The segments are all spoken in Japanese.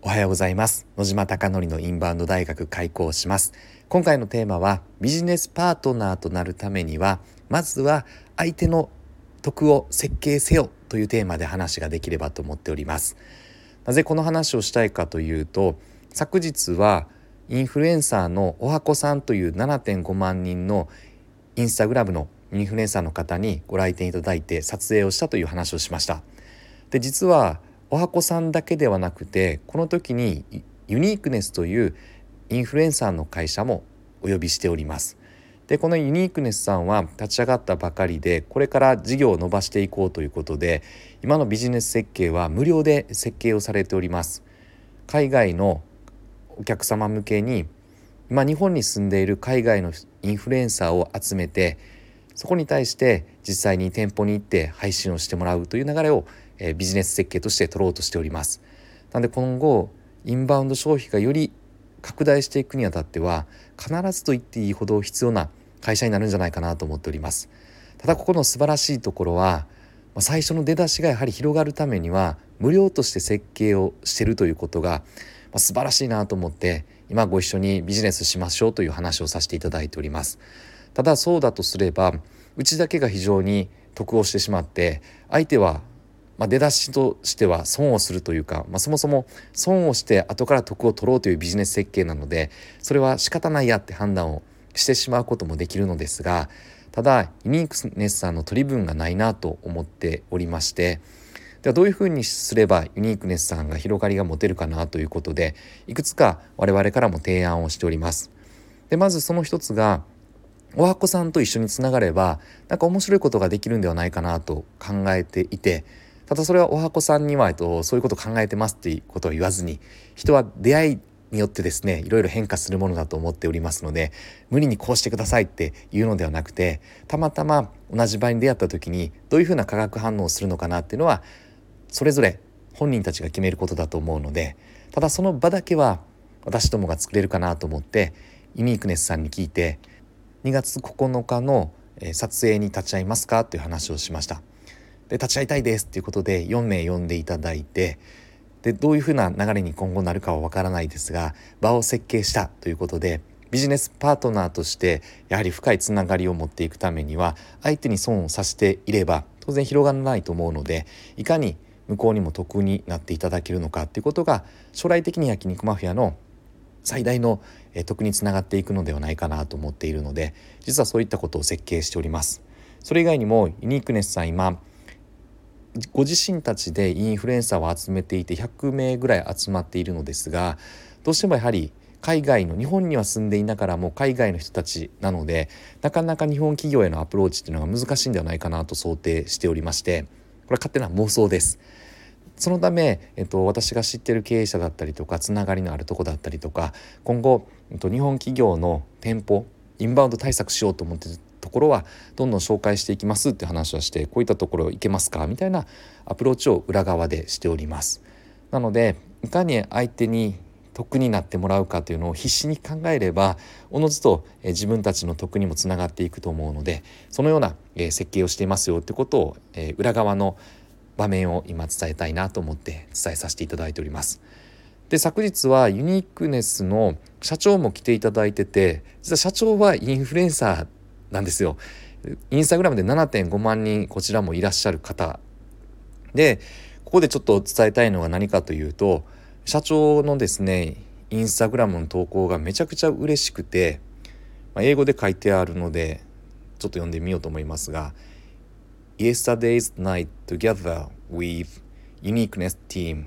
おはようございます。野島貴則のインバウンド大学開講します。今回のテーマは、ビジネスパートナーとなるためにはまずは相手の得を設計せよというテーマで話ができればと思っております。なぜこの話をしたいかというと、昨日はインフルエンサーのおはこさんという 7.5 万人のインスタグラムのインフルエンサーの方にご来店いただいて撮影をしたという話をしました。で、実はおはこさんだけではなくて、この時にユニークネスというインフルエンサーの会社もお呼びしております。で、このユニークネスさんは立ち上がったばかりで、これから事業を伸ばしていこうということで、今のビジネス設計は無料で設計をされております。海外のお客様向けに、今日本に住んでいる海外のインフルエンサーを集めて、そこに対して実際に店舗に行って配信をしてもらうという流れをビジネス設計として取ろうとしております。なので今後インバウンド消費がより拡大していくにあたっては、必ずと言っていいほど必要な会社になるんじゃないかなと思っております。ただここの素晴らしいところは、最初の出だしがやはり広がるためには無料として設計をしているということが素晴らしいなと思って、今ご一緒にビジネスしましょうという話をさせていただいております。ただそうだとすれば、うちだけが非常に得をしてしまって、相手は出だしとしては損をするというか、そもそも損をして後から得を取ろうというビジネス設計なので、それは仕方ないやって判断をしてしまうこともできるのですが、ただユニークネスさんの取り分がないなと思っておりまして、ではどういうふうにすればユニークネスさんが広がりが持てるかなということで、いくつか我々からも提案をしております。で、まずその一つが、おはこさんと一緒につながれば面白いことができるんではないかなと考えていて、ただそれはおはこさんにはそういうことを考えてますっていうことを言わずに、人は出会いによってですね、いろいろ変化するものだと思っておりますので、無理にこうしてくださいっていうのではなくて、たまたま同じ場に出会った時にどういうふうな化学反応をするのかなっていうのは、それぞれ本人たちが決めることだと思うので、ただその場だけは私どもが作れるかなと思って、ユニークネスさんに聞いて、2月9日の撮影に立ち会いますかという話をしました。で、立ち会いたいですということで4名呼んでいただいて、で、どういうふうな流れに今後なるかはわからないですが、場を設計したということで、ビジネスパートナーとしてやはり深いつながりを持っていくためには、相手に損をさせていれば当然広がらないと思うので、いかに向こうにも得になっていただけるのかということが、将来的に焼肉マフィアの最大の得につながっていくのではないかなと思っているので、実はそういったことを設計しております。それ以外にもユニークネスさん、今ご自身たちでインフルエンサーを集めていて100名ぐらい集まっているのですが、どうしてもやはり海外の、日本には住んでいながらも海外の人たちなので、なかなか日本企業へのアプローチっていうのが難しいんではないかなと想定しておりまして、これは勝手な妄想です。そのため、私が知っている経営者だったりとか、つながりのあるとこだったりとか、今後、日本企業の店舗インバウンド対策しようと思っているところはどんどん紹介していきますって話をして、こういったところ行けますかみたいなアプローチを裏側でしております。なので、いかに相手に得になってもらうかというのを必死に考えれば、おのずと自分たちの得にもつながっていくと思うので、そのような設計をしていますよってことを裏側の場面を今伝えたいなと思って伝えさせていただいております。で、昨日はユニークネスの社長も来ていただいてて、実は社長はインフルエンサーなんですよ。インスタグラムで 7.5 万人こちらもいらっしゃる方で、ここでちょっと伝えたいのが何かというと、社長のですねインスタグラムの投稿がめちゃくちゃ嬉しくて、英語で書いてあるのでちょっと読んでみようと思いますが、Yesterday's night together with Uniqueness team,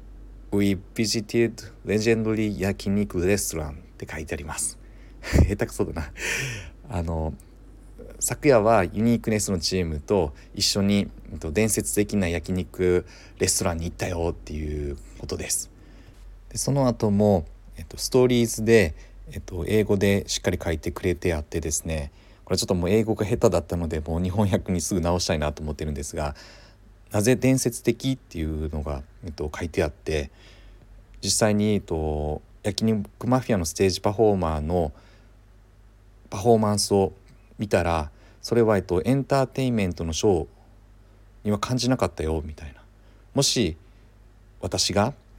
we visited legendary 焼肉レストランって書いてあります。下手くそだな。昨夜はユニークネスのチームと一緒に伝説的な焼肉レストランに行ったよっていうことです。で、その後も、ストーリーズで、英語でしっかり書いてくれてあってですね、これちょっともう英語が下手だったので、もう日本訳にすぐ直したいなと思ってるんですが、なぜ伝説的っていうのが、書いてあって、実際に、焼肉マフィアのステージパフォーマーのパフォーマンスを見たら、それは、エンターテインメントのショーには感じなかったよみたいな。もし私が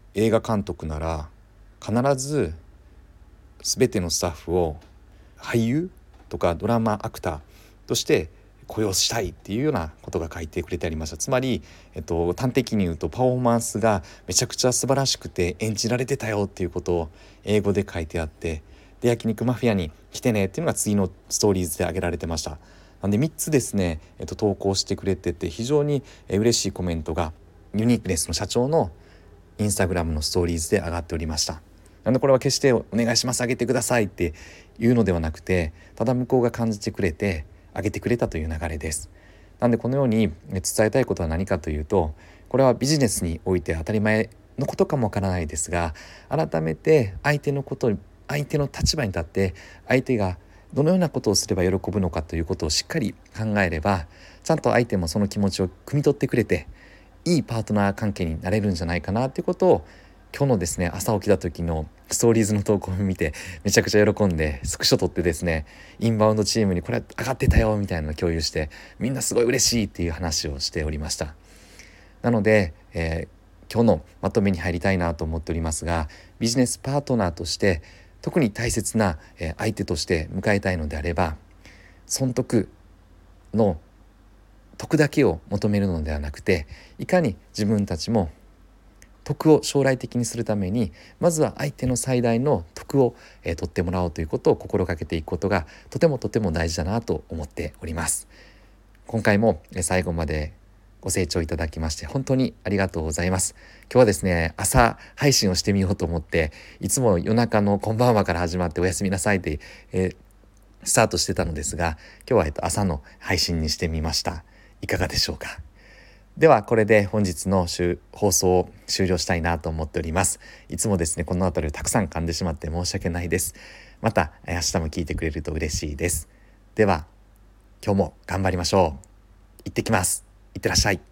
映画監督なら必ず全てのスタッフを俳優とかドラマアクターとして雇用したいっていうようなことが書いてくれてありました。つまり、端的に言うとパフォーマンスがめちゃくちゃ素晴らしくて演じられてたよっていうことを英語で書いてあって、で焼肉マフィアに来てねっていうのが次のストーリーズで挙げられてました。なんで3つですね、投稿してくれてて非常に嬉しいコメントがユニークネスの社長のインスタグラムのストーリーズで上がっておりました。なんでこれは決してお願いしますあげてくださいっていうのではなくて、ただ向こうが感じてくれてあげてくれたという流れです。なんでこのように伝えたいことは何かというと、これはビジネスにおいて当たり前のことかもわからないですが、改めて相手の立場に立って相手がどのようなことをすれば喜ぶのかということをしっかり考えれば、ちゃんと相手もその気持ちを汲み取ってくれていいパートナー関係になれるんじゃないかなということを、今日のですね朝起きた時のストーリーズの投稿を見てめちゃくちゃ喜んでスクショ撮ってですね、インバウンドチームにこれ上がってたよみたいなのを共有して、みんなすごい嬉しいっていう話をしておりました。なので、今日のまとめに入りたいなと思っておりますが、ビジネスパートナーとして特に大切な相手として迎えたいのであれば、損得の得だけを求めるのではなくて、いかに自分たちも得を将来的にするためにまずは相手の最大の得を、取ってもらおうということを心がけていくことがとても大事だなと思っております。今回も最後までご清聴いただきまして本当にありがとうございます。今日はですね朝配信をしてみようと思って、いつも夜中のこんばんはから始まっておやすみなさいで、スタートしてたのですが、今日は朝の配信にしてみました。いかがでしょうか。ではこれで本日の放送を終了したいなと思っております。いつもですねこの辺りをたくさん噛んでしまって申し訳ないです。また明日も聞いてくれると嬉しいです。では今日も頑張りましょう。行ってきます。いってらっしゃい。